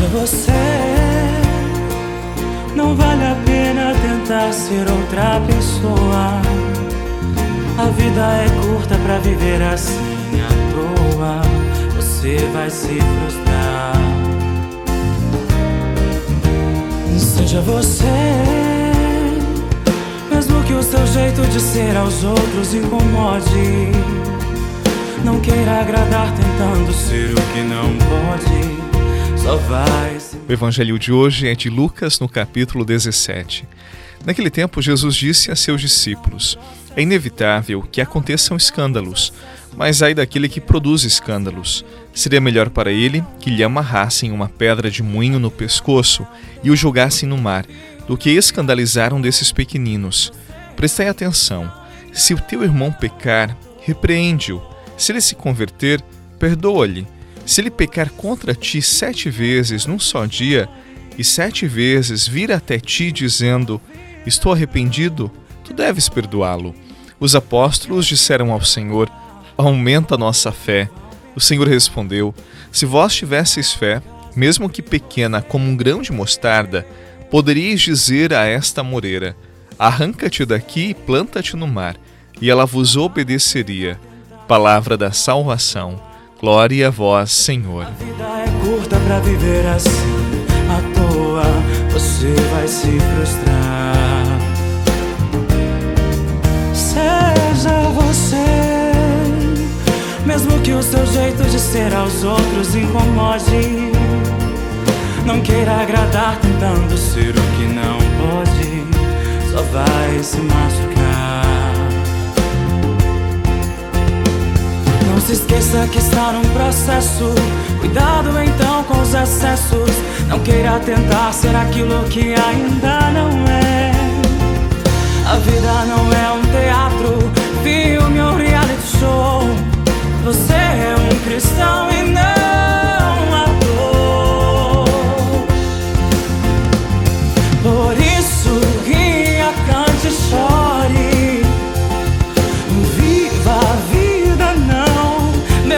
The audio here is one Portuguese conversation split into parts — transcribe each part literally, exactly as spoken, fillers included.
você. Não vale a pena tentar ser outra pessoa. A vida é curta pra viver assim à toa. Você vai se frustrar. Seja você, mesmo que o seu jeito de ser aos outros incomode. Não queira agradar tentando ser o que não pode. Só vai se... O evangelho de hoje é de Lucas, no capítulo dezessete. Naquele tempo, Jesus disse a seus discípulos: é inevitável que aconteçam escândalos, mas ai daquele que produz escândalos. Seria melhor para ele que lhe amarrassem uma pedra de moinho no pescoço e o jogassem no mar, do que escandalizar um desses pequeninos. Prestai atenção: se o teu irmão pecar, repreende-o. Se ele se converter, perdoa-lhe. Se ele pecar contra ti sete vezes num só dia, e sete vezes vir até ti dizendo: estou arrependido, tu deves perdoá-lo. Os apóstolos disseram ao Senhor: aumenta a nossa fé. O Senhor respondeu: se vós tivesseis fé, mesmo que pequena como um grão de mostarda, poderíeis dizer a esta moreira: arranca-te daqui e planta-te no mar, e ela vos obedeceria. Palavra da salvação. Glória a vós, Senhor. A vida é curta pra viver assim à toa. Você vai se frustrar. Seja você, mesmo que o seu jeito de ser aos outros incomode. Não queira agradar tentando ser o que não pode. Só vai se machucar. Não se esqueça que está num processo. Cuidado então com os excessos. Não queira tentar ser aquilo que ainda não é. A vida não é um teatro, filme ou reality show. Você é um cristão e não ator. Por isso ria, cante, chore. Viva a vida, não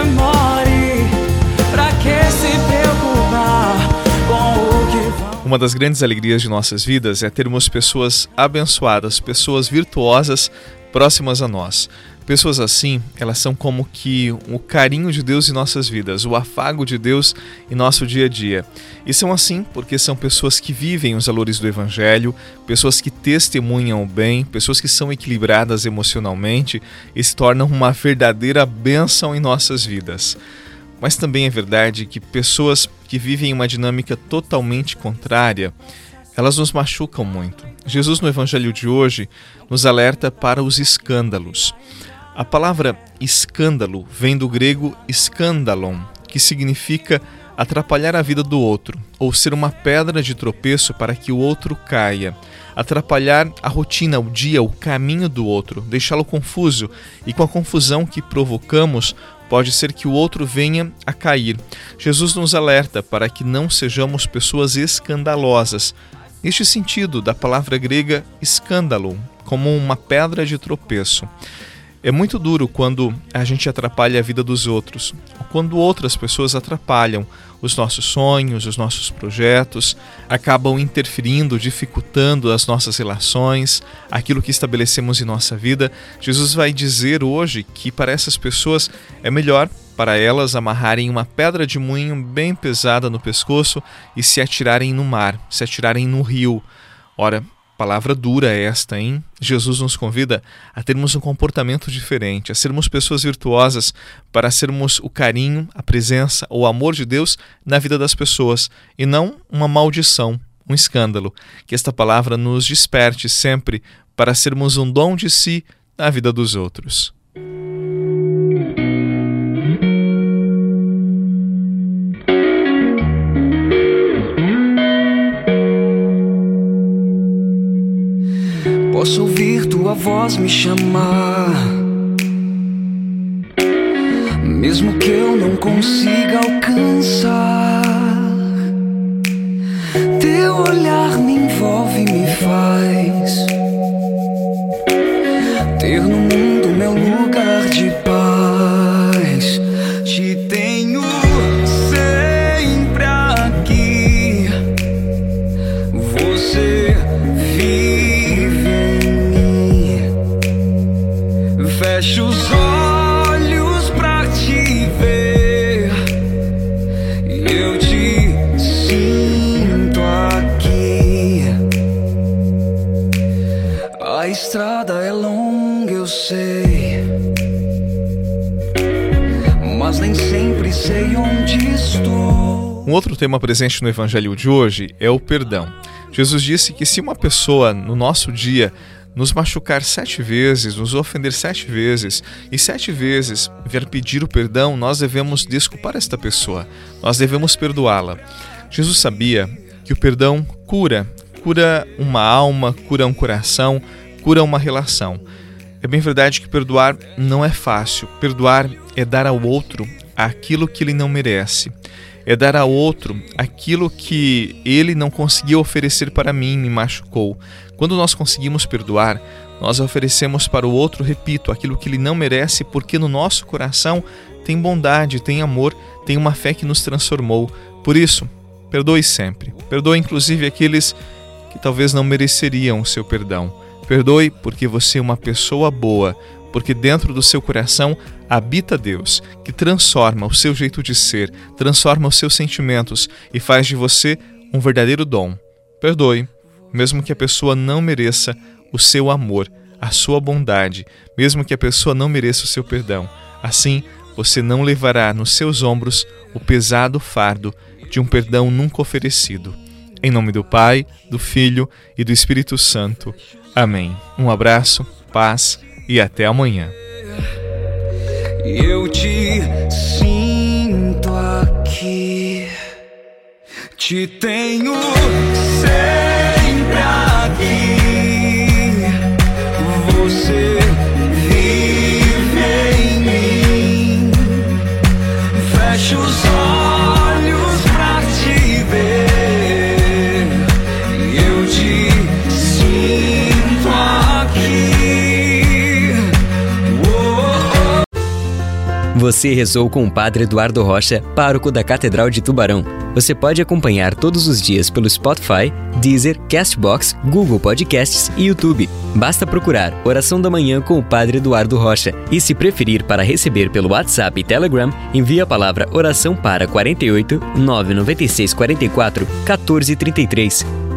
demore. Pra que se preocupar com o que vão... Uma das grandes alegrias de nossas vidas é termos pessoas abençoadas, pessoas virtuosas próximas a nós. Pessoas assim, elas são como que o carinho de Deus em nossas vidas, o afago de Deus em nosso dia a dia. E são assim porque são pessoas que vivem os valores do Evangelho, pessoas que testemunham o bem, pessoas que são equilibradas emocionalmente e se tornam uma verdadeira bênção em nossas vidas. Mas também é verdade que pessoas que vivem uma dinâmica totalmente contrária, elas nos machucam muito. Jesus, no Evangelho de hoje, nos alerta para os escândalos. A palavra escândalo vem do grego skandalon, que significa atrapalhar a vida do outro, ou ser uma pedra de tropeço para que o outro caia. Atrapalhar a rotina, o dia, o caminho do outro, deixá-lo confuso, e com a confusão que provocamos, pode ser que o outro venha a cair. Jesus nos alerta para que não sejamos pessoas escandalosas, neste sentido da palavra grega escândalo, como uma pedra de tropeço. É muito duro quando a gente atrapalha a vida dos outros, quando outras pessoas atrapalham os nossos sonhos, os nossos projetos, acabam interferindo, dificultando as nossas relações, aquilo que estabelecemos em nossa vida. Jesus vai dizer hoje que para essas pessoas é melhor para elas amarrarem uma pedra de moinho bem pesada no pescoço e se atirarem no mar, se atirarem no rio. Ora, palavra dura esta, hein? Jesus nos convida a termos um comportamento diferente, a sermos pessoas virtuosas, para sermos o carinho, a presença, o amor de Deus na vida das pessoas, e não uma maldição, um escândalo. Que esta palavra nos desperte sempre para sermos um dom de si na vida dos outros. Posso ouvir tua voz me chamar, mesmo que eu não consiga alcançar. Teu olhar me envolve e me faz ter no mundo meu lugar de paz. Te tenho sempre aqui, Um outro tema presente no Evangelho de hoje é o perdão. Jesus disse que se uma pessoa no nosso dia nos machucar sete vezes, nos ofender sete vezes e sete vezes vier pedir o perdão, nós devemos desculpar esta pessoa, nós devemos perdoá-la. Jesus sabia que o perdão cura, cura uma alma, cura um coração, cura uma relação. É bem verdade que perdoar não é fácil. Perdoar é dar ao outro aquilo que ele não merece. É dar ao outro aquilo que ele não conseguiu oferecer para mim, me machucou. Quando nós conseguimos perdoar, nós oferecemos para o outro, repito, aquilo que ele não merece, porque no nosso coração tem bondade, tem amor, tem uma fé que nos transformou. Por isso, perdoe sempre. Perdoe inclusive aqueles que talvez não mereceriam o seu perdão. Perdoe porque você é uma pessoa boa, porque dentro do seu coração habita Deus, que transforma o seu jeito de ser, transforma os seus sentimentos e faz de você um verdadeiro dom. Perdoe, mesmo que a pessoa não mereça o seu amor, a sua bondade, mesmo que a pessoa não mereça o seu perdão. Assim, você não levará nos seus ombros o pesado fardo de um perdão nunca oferecido. Em nome do Pai, do Filho e do Espírito Santo. Amém. Um abraço, paz e até amanhã. Eu te sinto aqui, te tenho sempre aqui. Você vive em mim. Fecho os olhos pra te ver. Eu te sinto aqui. Você rezou com o Padre Eduardo Rocha, pároco da Catedral de Tubarão. Você pode acompanhar todos os dias pelo Spotify, Deezer, Castbox, Google Podcasts e YouTube. Basta procurar Oração da Manhã com o Padre Eduardo Rocha. E se preferir para receber pelo WhatsApp e Telegram, envie a palavra oração para quarenta e oito, nove nove seis, quarenta e quatro, quatorze, trinta e três.